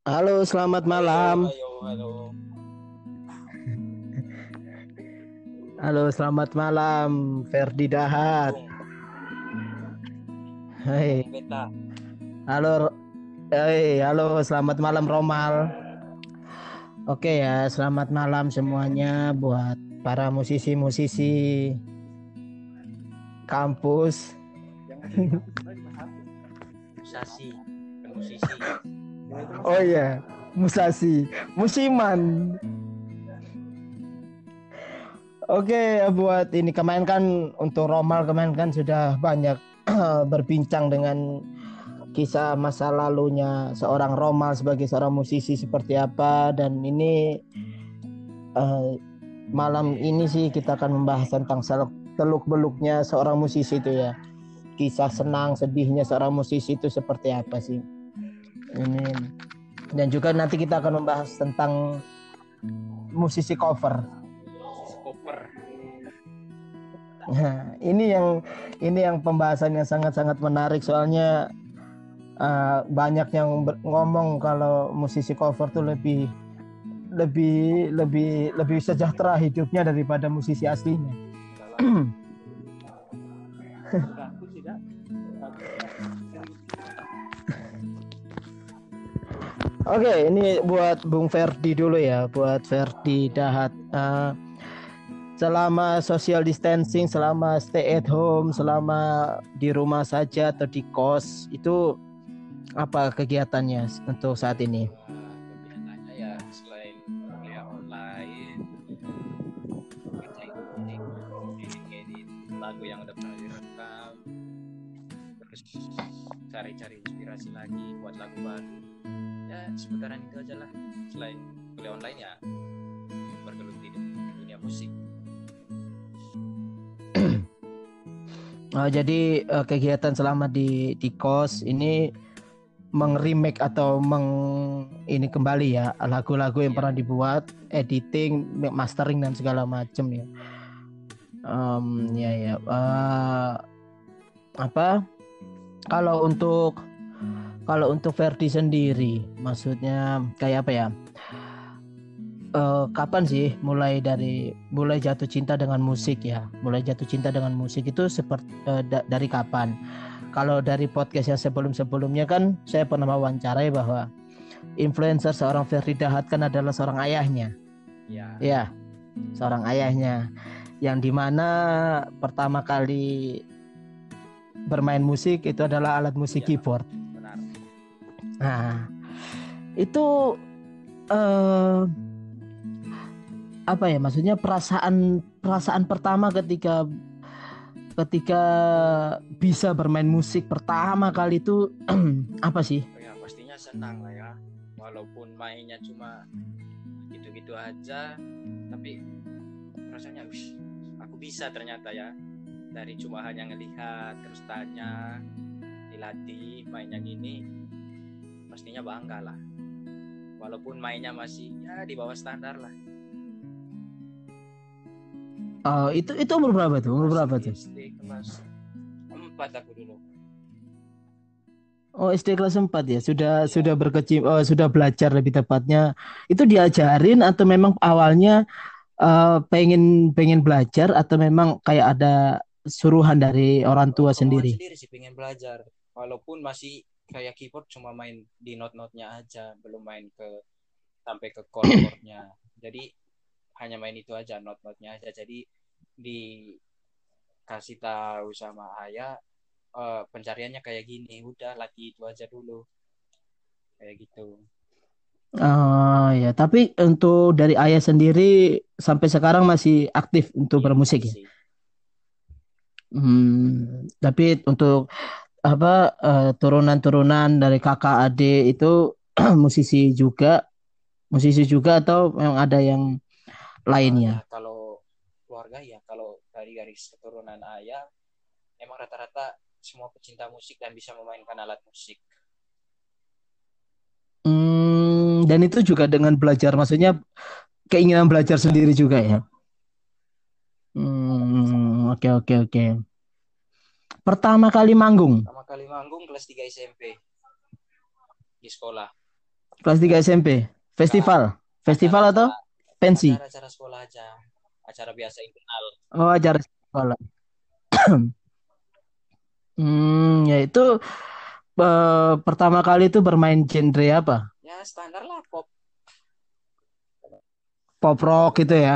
Halo, selamat Ayo, malam. ayo, halo. Halo, selamat malam, Ferdi Dahat. Bung, Hai, Bung Beta. halo, halo, selamat malam Romal. Oke ya, selamat malam semuanya buat para musisi-musisi kampus. Musasi, bukan musisi. Oh iya, musasi, musiman. Oke, buat ini kemarin kan untuk Romal kemarin kan sudah banyak berbincang dengan kisah masa lalunya seorang Romal sebagai seorang musisi seperti apa, dan ini eh, malam ini sih kita akan membahas tentang teluk beluknya seorang musisi itu ya, kisah senang sedihnya seorang musisi itu seperti apa sih ini, dan juga nanti kita akan membahas tentang musisi cover. Koper. Nah, ini yang pembahasannya sangat-sangat menarik soalnya banyak yang ngomong kalau musisi cover tuh lebih lebih lebih lebih sejahtera hidupnya daripada musisi aslinya. Oke, ini buat Bung Ferdi dulu ya, buat Ferdi Dahat. Selama social distancing, selama stay at home, selama di rumah saja atau di kos, itu apa kegiatannya untuk saat ini? Kegiatannya ya selain kuliah online, ngerjain musik, edit-edit lagu yang udah pernah direkam, terus cari-cari inspirasi lagi buat lagu baru. Ya seputaran itu aja lah. Selain kuliah online ya bergelut di dunia musik. Jadi kegiatan selama di kos ini remake atau ini kembali ya lagu-lagu yang Iya. pernah dibuat, editing, mastering dan segala macam ya. Ya ya. Apa? Kalau untuk kalau untuk Verdi sendiri, maksudnya kayak apa ya? Kapan sih mulai jatuh cinta dengan musik ya? Mulai jatuh cinta dengan musik itu seperti dari kapan? Kalau dari podcast yang sebelum-sebelumnya kan saya pernah wawancarai bahwa influencer seorang Ferdi Dahat kan adalah seorang ayahnya. Ya, Ya, seorang ayahnya yang dimana pertama kali bermain musik itu adalah alat musik iya, keyboard. benar. Nah, itu eh, apa ya? Maksudnya perasaan perasaan pertama ketika ketika bisa bermain musik pertama kali itu apa sih? Oh ya pastinya senang lah ya. Walaupun mainnya cuma gitu-gitu aja, tapi rasanya aku bisa ternyata ya, dari cuma hanya ngelihat terus tanya dilatih mainnya gini, pastinya bangga lah walaupun mainnya masih ya di bawah standar lah. Oh, itu umur berapa tuh? Umur berapa Masih tuh? SD kelas 4 aku dulu. Oh, SD kelas 4 ya. Sudah Iya, sudah belajar lebih tepatnya. Itu diajarin atau memang awalnya pengen pengen belajar atau memang kayak ada suruhan dari orang tua kemauan sendiri? sendiri sih pengen belajar walaupun masih kayak keyboard cuma main di not-notnya aja, belum main ke sampai ke chord-chordnya. Jadi hanya main itu aja, not-notnya aja. Jadi dikasih tahu sama ayah, pencariannya kayak gini, udah latih itu aja dulu, kayak gitu. Oh ya, tapi untuk dari ayah sendiri sampai sekarang masih aktif untuk Iya bermusik ya. masih. Tapi untuk apa turunan-turunan dari kakak adik itu musisi juga, musisi juga atau memang ada yang lainnya? Ya kalau keluarga ya, kalau dari garis keturunan ayah emang rata-rata semua pecinta musik dan bisa memainkan alat musik. Dan itu juga dengan belajar, maksudnya keinginan belajar Iya, sendiri juga ya. Oke oke oke. Pertama kali manggung. pertama kali manggung kelas 3 SMP di sekolah. Kelas 3 SMP. Enggak, Festival. Festival atau acara-acara pensi? acara-acara sekolah aja, acara biasa internal. Oh, acara sekolah. Ya itu pertama kali itu bermain genre apa? Ya standar lah pop. Pop rock gitu ya.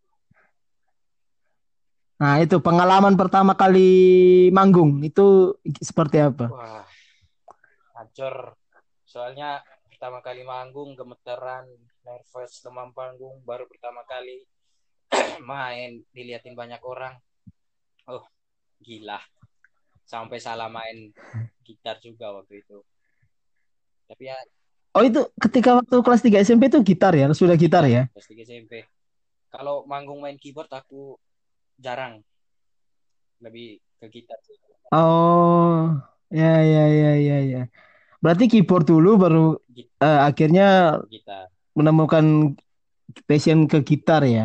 Nah, itu pengalaman pertama kali manggung itu seperti apa? Wah, hancur. Soalnya pertama kali manggung gemeteran, nervous, demam panggung, baru pertama kali main diliatin banyak orang. Oh, gila. Sampai salah main gitar juga waktu itu. Tapi ya, Oh, itu ketika waktu kelas 3 SMP itu gitar ya, sudah gitar gitar ya? kelas 3 SMP. Kalau manggung main keyboard aku jarang, lebih ke gitar sih. Oh, ya ya ya ya ya. Berarti keyboard dulu baru Git- akhirnya Gitar. menemukan passion ke gitar ya.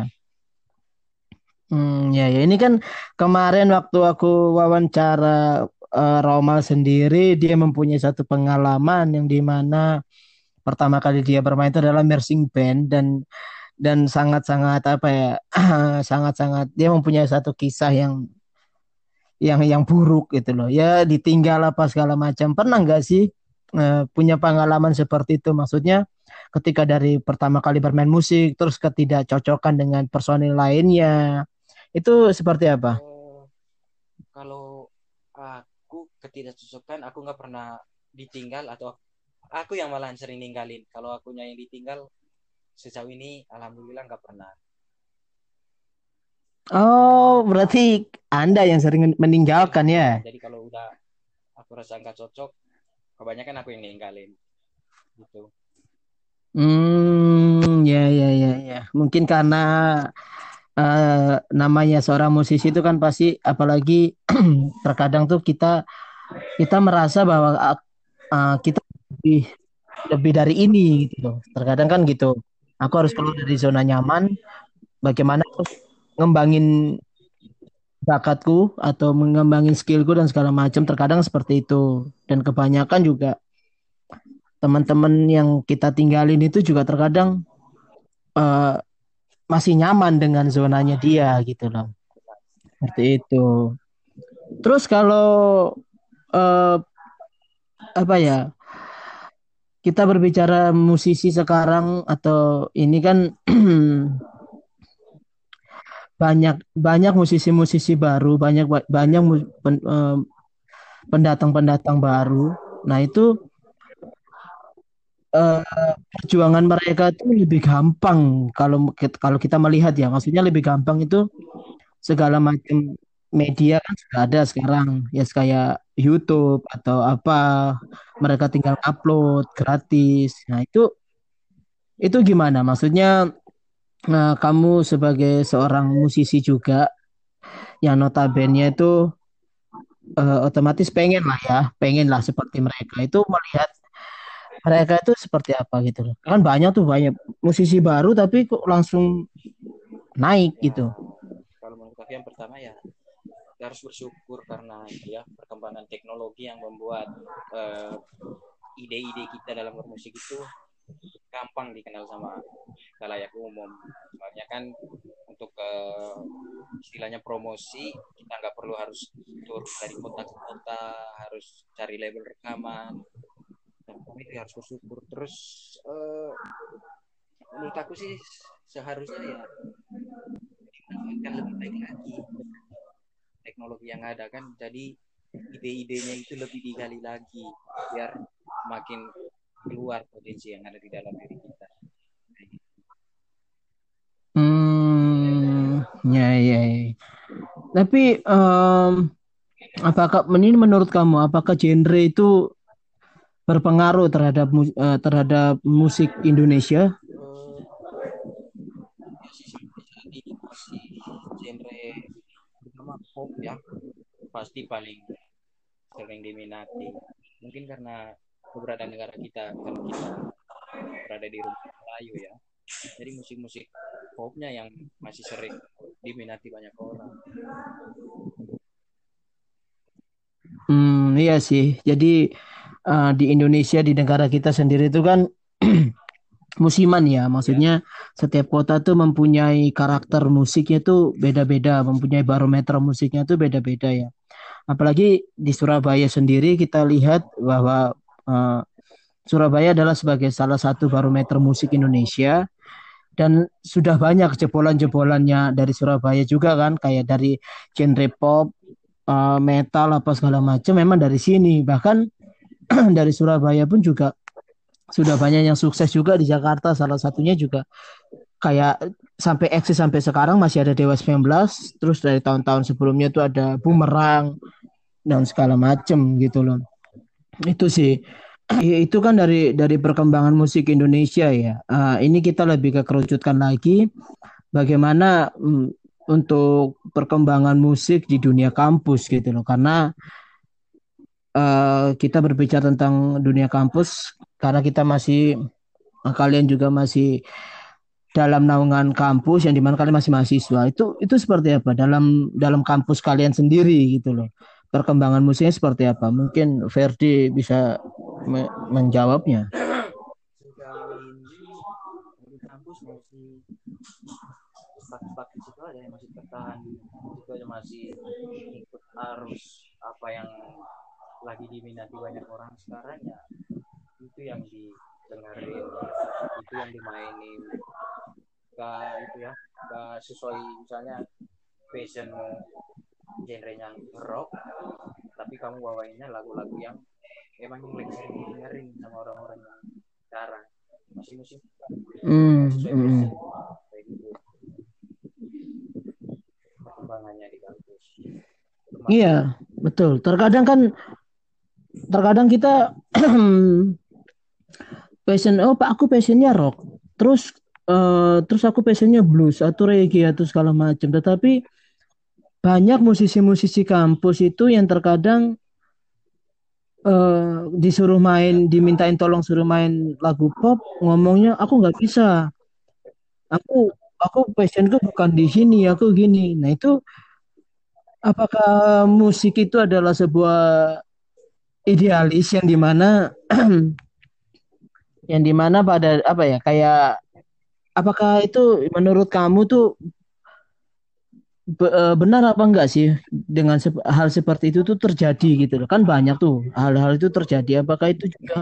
Ya ya ini kan kemarin waktu aku wawancara Romal sendiri, dia mempunyai satu pengalaman yang di mana pertama kali dia bermain itu adalah marching band dan sangat-sangat apa ya sangat-sangat dia mempunyai satu kisah yang buruk gitu loh ya ditinggal apa segala macam pernah nggak sih punya pengalaman seperti itu maksudnya ketika dari pertama kali bermain musik terus ketidakcocokan dengan personil lainnya itu seperti apa? Eh, Kalau aku ketidakcocokan, aku nggak pernah ditinggal atau aku yang malahan sering ninggalin. Kalau akunya yang ditinggal sejauh ini, alhamdulillah nggak pernah. Oh berarti Anda yang sering Iya, meninggalkan ya. jadi kalau udah aku rasa nggak cocok, kebanyakan aku yang ninggalin gitu. Ya ya ya ya mungkin karena namanya seorang musisi itu kan pasti apalagi terkadang tuh kita kita merasa bahwa kita lebih lebih dari ini gitu loh. Terkadang kan gitu. Aku harus keluar dari zona nyaman. Bagaimana aku ngembangin bakatku atau mengembangin skillku dan segala macam. Terkadang seperti itu. Dan kebanyakan juga teman-teman yang kita tinggalin itu juga terkadang eh, masih nyaman dengan zonanya dia gitu loh. Seperti itu. Terus kalau eh, apa ya kita berbicara musisi sekarang atau ini kan banyak banyak musisi-musisi baru, banyak pendatang-pendatang baru. Nah, itu perjuangan mereka itu lebih gampang kalau kita melihat ya, maksudnya lebih gampang itu segala macam media kan sudah ada sekarang, ya kayak YouTube atau apa, mereka tinggal upload gratis. Nah, itu gimana? Maksudnya kamu sebagai seorang musisi juga yang notabene itu otomatis pengen lah ya, pengen lah seperti mereka itu melihat mereka itu seperti apa gitu loh. Kan banyak tuh banyak musisi baru tapi kok langsung naik Ya, gitu. kalau menurut aku yang pertama ya kita harus bersyukur karena ya perkembangan teknologi yang membuat eh, ide-ide kita dalam bermusik itu gampang dikenal sama khalayak umum. Soalnya kan untuk istilahnya promosi kita nggak perlu harus tur dari kota ke kota, harus cari label rekaman. Dan kami itu harus bersyukur. Terus menurut aku sih seharusnya ya dimanfaatkan lebih baik lagi teknologi yang ada kan. Jadi ide-idenya itu lebih digali lagi biar makin keluar potensi yang ada di dalam diri kita. Ya ya, ya. Tapi apakah ini menurut kamu apakah genre itu berpengaruh terhadap musik Indonesia? Ya sih sampai saat ini masih genre terutama pop ya pasti paling sering diminati. Mungkin karena keberadaan negara kita, karena kita berada di rumah Melayu ya. Jadi musik-musik popnya yang masih sering diminati banyak orang. Iya sih. Jadi di Indonesia di negara kita sendiri itu kan musiman ya. Ya. Maksudnya setiap kota tuh mempunyai karakter musiknya tuh beda-beda, mempunyai barometer musiknya tuh beda-beda ya. Apalagi di Surabaya sendiri kita lihat bahwa eh, Surabaya adalah sebagai salah satu barometer musik Indonesia dan sudah banyak jebolan-jebolannya dari Surabaya juga kan, kayak dari genre pop, metal apa segala macam memang dari sini. Bahkan dari Surabaya pun juga sudah banyak yang sukses juga di Jakarta. Salah satunya juga kayak sampai eksis sampai sekarang masih ada Dewa 19, terus dari tahun-tahun sebelumnya itu ada Bumerang dan segala macem gitu loh. Itu sih. Itu kan dari perkembangan musik Indonesia ya. Ini kita lebih ke kerucutkan lagi bagaimana untuk perkembangan musik di dunia kampus gitu loh. Karena kita berbicara tentang dunia kampus karena kita masih kalian juga masih dalam naungan kampus yang dimana kalian masih mahasiswa. Itu seperti apa dalam dalam kampus kalian sendiri gitu loh. Perkembangan musiknya seperti apa? Mungkin Ferdi bisa menjawabnya. Sejauh ini di kampus masih stuck di situ aja, masih tertahan di situ aja, masih ikut arus apa yang lagi diminati banyak orang sekarang ya, itu yang didengerin, itu yang dimainin, gak itu ya, gak sesuai misalnya passion genrenya rock tapi kamu bawainnya lagu-lagu yang emang yang lagi sering didengerin sama orang-orang yang sekarang, masih musik Hmm, sesuai hmm. passion kayak gitu perkembangannya di kampus termasuk. Iya, betul. Terkadang kita passion, oh Pak, aku passionnya rock. Terus aku passionnya blues atau reggae atau segala macam. Tetapi banyak musisi-musisi kampus itu yang terkadang disuruh main, dimintain tolong suruh main lagu pop, ngomongnya aku nggak bisa. Aku aku passionku bukan di sini, aku gini. Nah itu apakah musik itu adalah sebuah idealis yang dimana pada apa ya kayak apakah itu menurut kamu tuh benar apa enggak sih dengan hal seperti itu tuh terjadi gitu loh kan banyak tuh hal-hal itu terjadi apakah itu juga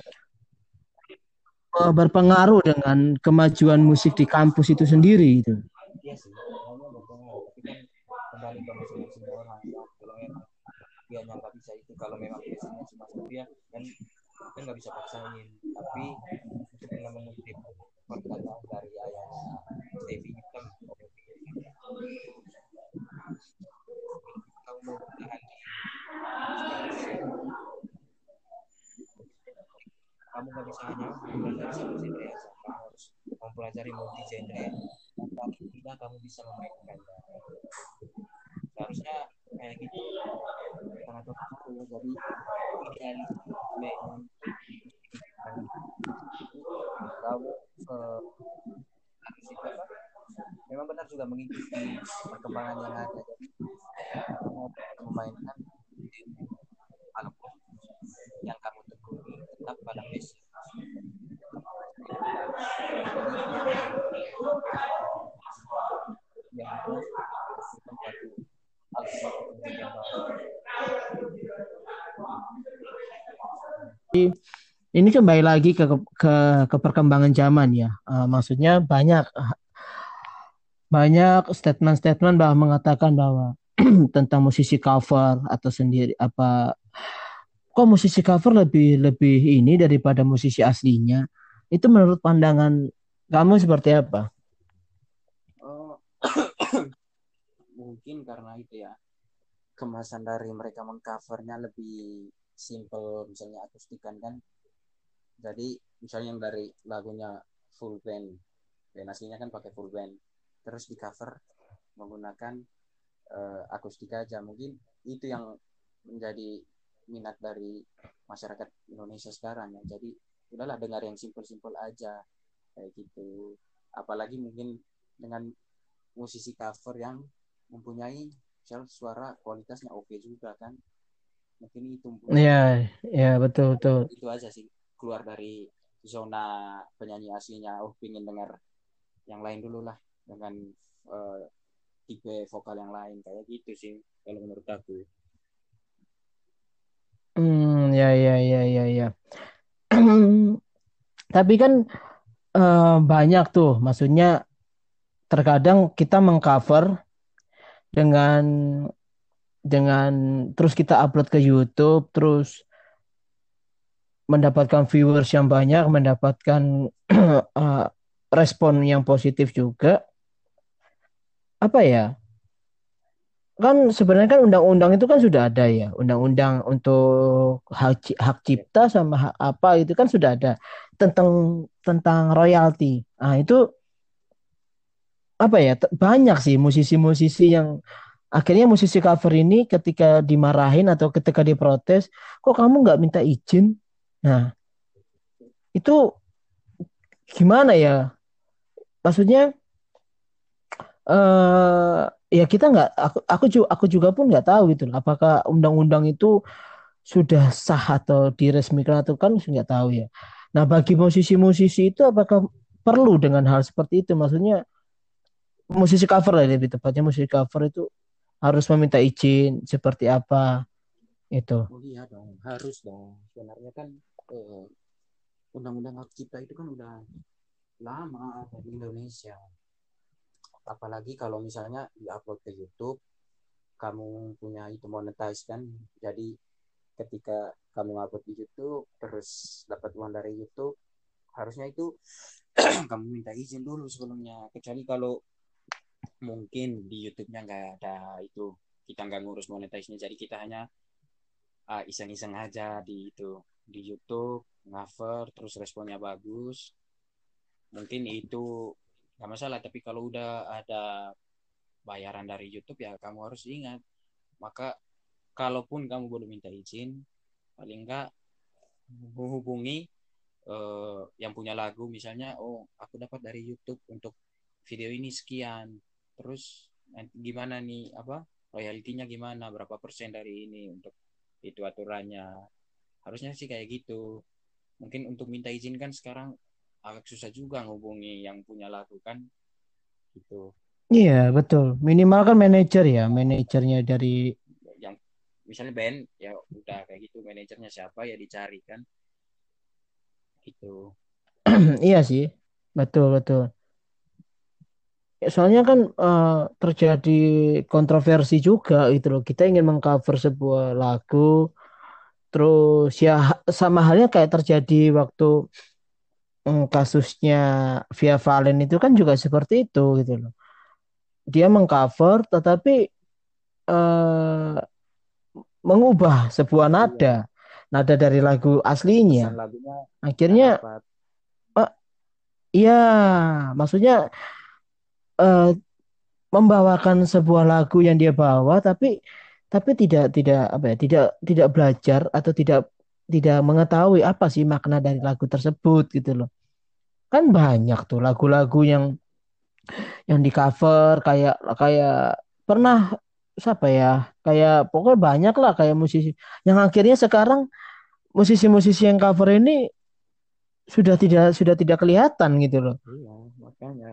berpengaruh dengan kemajuan musik di kampus itu sendiri gitu. Iya sih semuanya berpengaruh tapi kan kembali ke masing-masing orang ya, kalau memang dia nggak bisa itu, kalau memang passionnya cuma dia kan kita nggak bisa paksain, tapi untuk yang mengutip perkataan dari ayahnya Stevie itu kan kamu mau bertahan di musik, kamu nggak bisa hanya mempelajari satu genre aja, kamu harus mempelajari multi genre, paling tidak kamu bisa memainkannya, seharusnya kayak gitu sangat berpengaruh ya. Jadi idealisme kan kamu harus itu apa, memang benar juga mengikuti perkembangan yang ada, jadi kamu memainkan alat yang kamu tekuni tetap pada basic, yang itu melakukan suatu alternatif yang baru. Ini kembali lagi ke perkembangan zaman ya. Maksudnya banyak banyak statement-statement bahwa mengatakan bahwa tentang musisi cover atau sendiri apa kok musisi cover lebih lebih ini daripada musisi aslinya. Itu menurut pandangan kamu seperti apa? Oh, mungkin karena itu ya, kemasan dari mereka mengcovernya lebih simple, misalnya akustikan kan, jadi misalnya yang dari lagunya full band, band aslinya kan pakai full band, terus di cover menggunakan akustik aja, mungkin itu yang menjadi minat dari masyarakat Indonesia sekarang ya, jadi udahlah dengar yang simple-simple aja kayak gitu, apalagi mungkin dengan musisi cover yang mempunyai suara kualitasnya oke juga kan, mungkin itu Ya, ya betul betul. itu aja sih keluar dari zona penyanyi aslinya. Oh, pingin dengar yang lain dulu lah dengan eh, tipe vokal yang lain kayak gitu sih kalau menurut aku. Ya, ya, ya, ya, ya. Tapi kan banyak tuh, maksudnya terkadang kita mengcover dengan dengan terus kita upload ke YouTube, terus mendapatkan viewers yang banyak, mendapatkan eh, respon yang positif juga. Apa ya? Kan sebenarnya kan undang-undang itu kan sudah ada ya, undang-undang untuk hak Ya, cipta sama hak apa itu kan sudah ada tentang tentang royalti. Nah, itu apa ya? Banyak sih musisi-musisi yang akhirnya musisi cover ini ketika dimarahin atau ketika diprotes, kok kamu nggak minta izin? Nah, itu gimana ya? Maksudnya eh ya kita nggak, aku juga pun nggak tahu gitu loh, apakah undang-undang itu sudah sah atau diresmikan atau kan nggak tahu ya. Nah, bagi musisi-musisi itu apakah perlu dengan hal seperti itu? Maksudnya musisi cover lah lebih tepatnya, musisi cover itu harus meminta izin seperti apa itu. oh iya dong, harus dong. Sebenarnya kan eh, undang-undang hak cipta itu kan udah lama ada di Indonesia. Apalagi kalau misalnya diupload ke YouTube, kamu punya itu monetize kan. Jadi ketika kamu upload di YouTube, terus dapat uang dari YouTube, harusnya itu kamu minta izin dulu sebelumnya. Kecuali kalau mungkin di YouTube-nya nggak ada itu, kita nggak ngurus monetize-nya, jadi kita hanya iseng-iseng aja di itu di YouTube cover terus responnya bagus, mungkin itu nggak masalah. Tapi kalau udah ada bayaran dari YouTube ya kamu harus ingat, maka kalaupun kamu belum minta izin, paling enggak menghubungi yang punya lagu, misalnya oh aku dapat dari YouTube untuk video ini sekian, terus nanti gimana nih apa royaltinya gimana, berapa persen dari ini untuk itu aturannya, harusnya sih kayak gitu. Mungkin untuk minta izin kan sekarang agak susah juga ngubungi yang punya lagu kan gitu, Iya, betul. Minimal kan manajer ya, manajernya dari yang misalnya band ya udah kayak gitu, manajernya siapa ya dicari kan gitu. iya sih. Betul, betul. Ya, soalnya kan terjadi kontroversi juga gitu loh. Kita ingin mengcover sebuah lagu, terus ya sama halnya kayak terjadi waktu kasusnya Via Valen itu kan juga seperti itu gitu loh. Dia mengcover tetapi eh, mengubah sebuah Iya, nada, nada dari lagu pesan aslinya. lagunya nggak Akhirnya, dapat. eh, iya, maksudnya eh, membawakan sebuah lagu yang dia bawa, tapi tidak apa ya, tidak belajar atau tidak mengetahui apa sih makna dari lagu tersebut gitu loh. Kan banyak tuh lagu-lagu yang di cover kayak kayak pernah siapa ya, kayak pokoknya banyak lah kayak musisi yang akhirnya sekarang musisi-musisi yang cover ini sudah tidak kelihatan gitu loh. Iya, makanya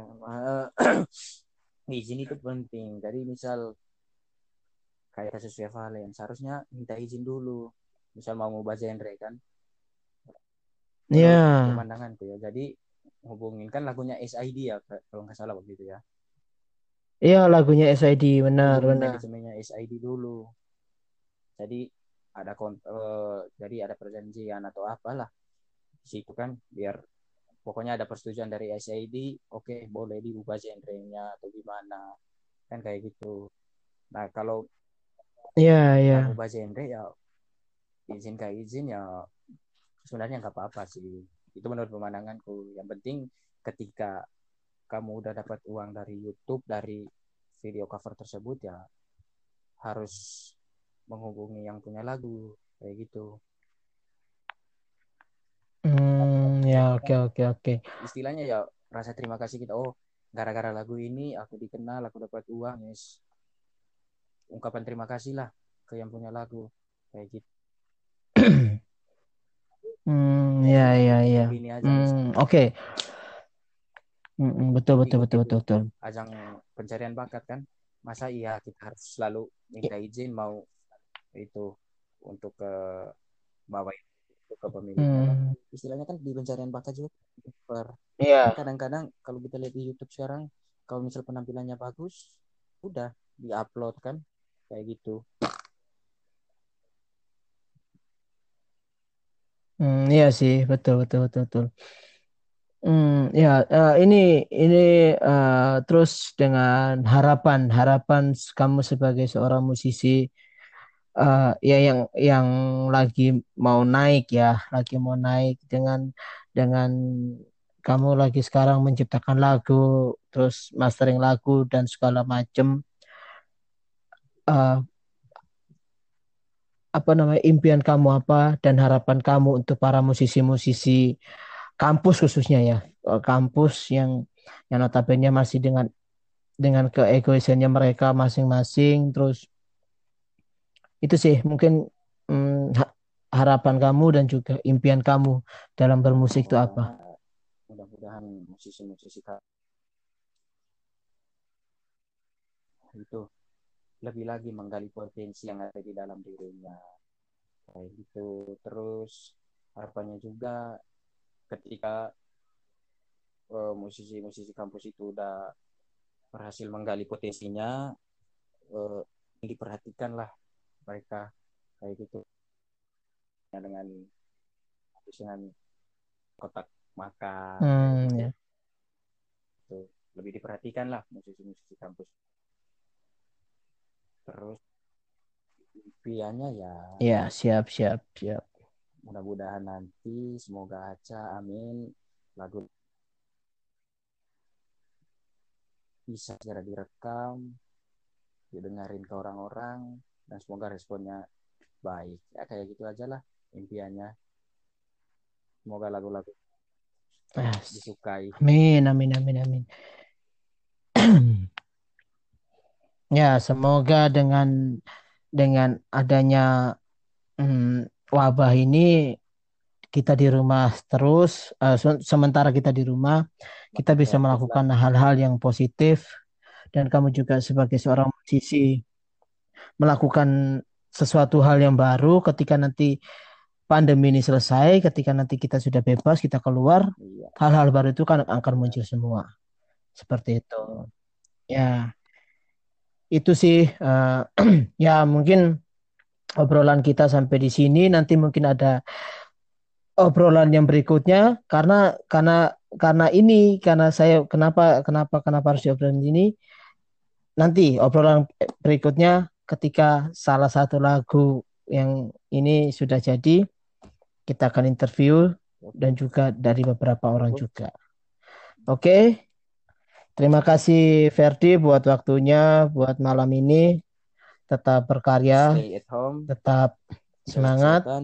izin itu penting. Jadi misal kayak kasus Via Valen, seharusnya minta izin dulu. Misal mau ngubah genre kan, menurut Ya, pemandanganku ya. Jadi hubungin kan lagunya SID ya, kalau nggak salah waktu itu ya. iya lagunya SID benar Hubungin benar. manajemennya SID dulu. Jadi jadi ada perjanjian atau apalah di situ kan, biar pokoknya ada persetujuan dari SID, oke boleh diubah genrenya atau gimana kan kayak gitu. Nah kalau Iya iya. nggak ngubah genre ya izin kayak izin ya sebenarnya nggak apa-apa sih, itu menurut pemandanganku. Yang penting ketika kamu udah dapat uang dari YouTube dari video cover tersebut ya harus menghubungi yang punya lagu kayak gitu. Ya Jadi oke kan oke oke. istilahnya ya rasa terima kasih kita, oh gara-gara lagu ini aku dikenal, aku dapat uang, yes, ungkapan terima kasih lah ke yang punya lagu kayak gitu. Ya, ya, ya. Ini aja misalnya Oke. Betul, betul, ikut betul, itu betul, betul. ajang pencarian bakat kan, masa iya kita harus selalu I- minta izin mau itu untuk ke bawah itu ke pemiliknya kan, Hmm, istilahnya kan di pencarian bakat juga per kan iya. kadang-kadang kalau kita lihat di YouTube sekarang kalau misal penampilannya bagus udah diupload kan kayak gitu. Iya sih, betul, betul, betul, betul. Ya, ini terus dengan harapan kamu sebagai seorang musisi, ya yang lagi mau naik ya, lagi mau naik dengan kamu lagi sekarang menciptakan lagu, terus mastering lagu dan segala macem. eh, apa namanya, impian kamu apa dan harapan kamu untuk para musisi-musisi kampus khususnya ya, kampus yang notabene masih dengan keegoisannya mereka masing-masing. Terus itu sih mungkin, harapan kamu dan juga impian kamu dalam Ya bermusik itu apa? semoga mudah-mudahan musisi-musisi itu lebih lagi menggali potensi yang ada di dalam dirinya kayak gitu. Terus harapannya juga ketika musisi-musisi kampus itu udah berhasil menggali potensinya, uh, diperhatikan lah mereka kayak gitu ya, dengan kotak makan kayak gitu. Ya, Tuh, lebih diperhatikan lah musisi-musisi kampus. Terus impiannya ya ya, siap, siap, siap. mudah-mudahan nanti semoga aja amin lagu bisa segera direkam didengarin ke orang-orang dan semoga responnya baik ya kayak gitu aja lah impiannya, semoga lagu-lagu Yes. disukai. Amin, amin, amin, amin. Ya, semoga dengan adanya, wabah ini, kita di rumah terus, sementara kita di rumah, kita Masih bisa kreatif lah. melakukan hal-hal yang positif, dan kamu juga sebagai seorang musisi melakukan sesuatu hal yang baru ketika nanti pandemi ini selesai, ketika nanti kita sudah bebas, kita keluar, Iya, hal-hal baru itu kan akan benar. muncul semua. Seperti itu. Ya, itu sih, ya mungkin obrolan kita sampai di sini. Nanti mungkin ada obrolan yang berikutnya, karena saya kenapa kenapa kenapa harus diobrolin ini. Nanti obrolan berikutnya ketika salah satu lagu yang ini sudah jadi, kita akan interview dan Oke, juga dari beberapa orang oke. juga. Oke, terima kasih Ferdi buat waktunya, buat malam ini. Tetap berkarya, Stay at home, tetap jaga semangat, kesehatan.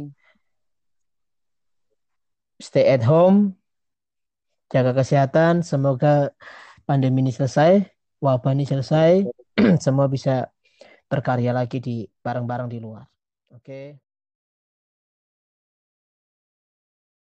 stay at home, jaga kesehatan. Semoga pandemi ini selesai, wabah ini selesai, semua bisa berkarya lagi di bareng-bareng di luar. Oke.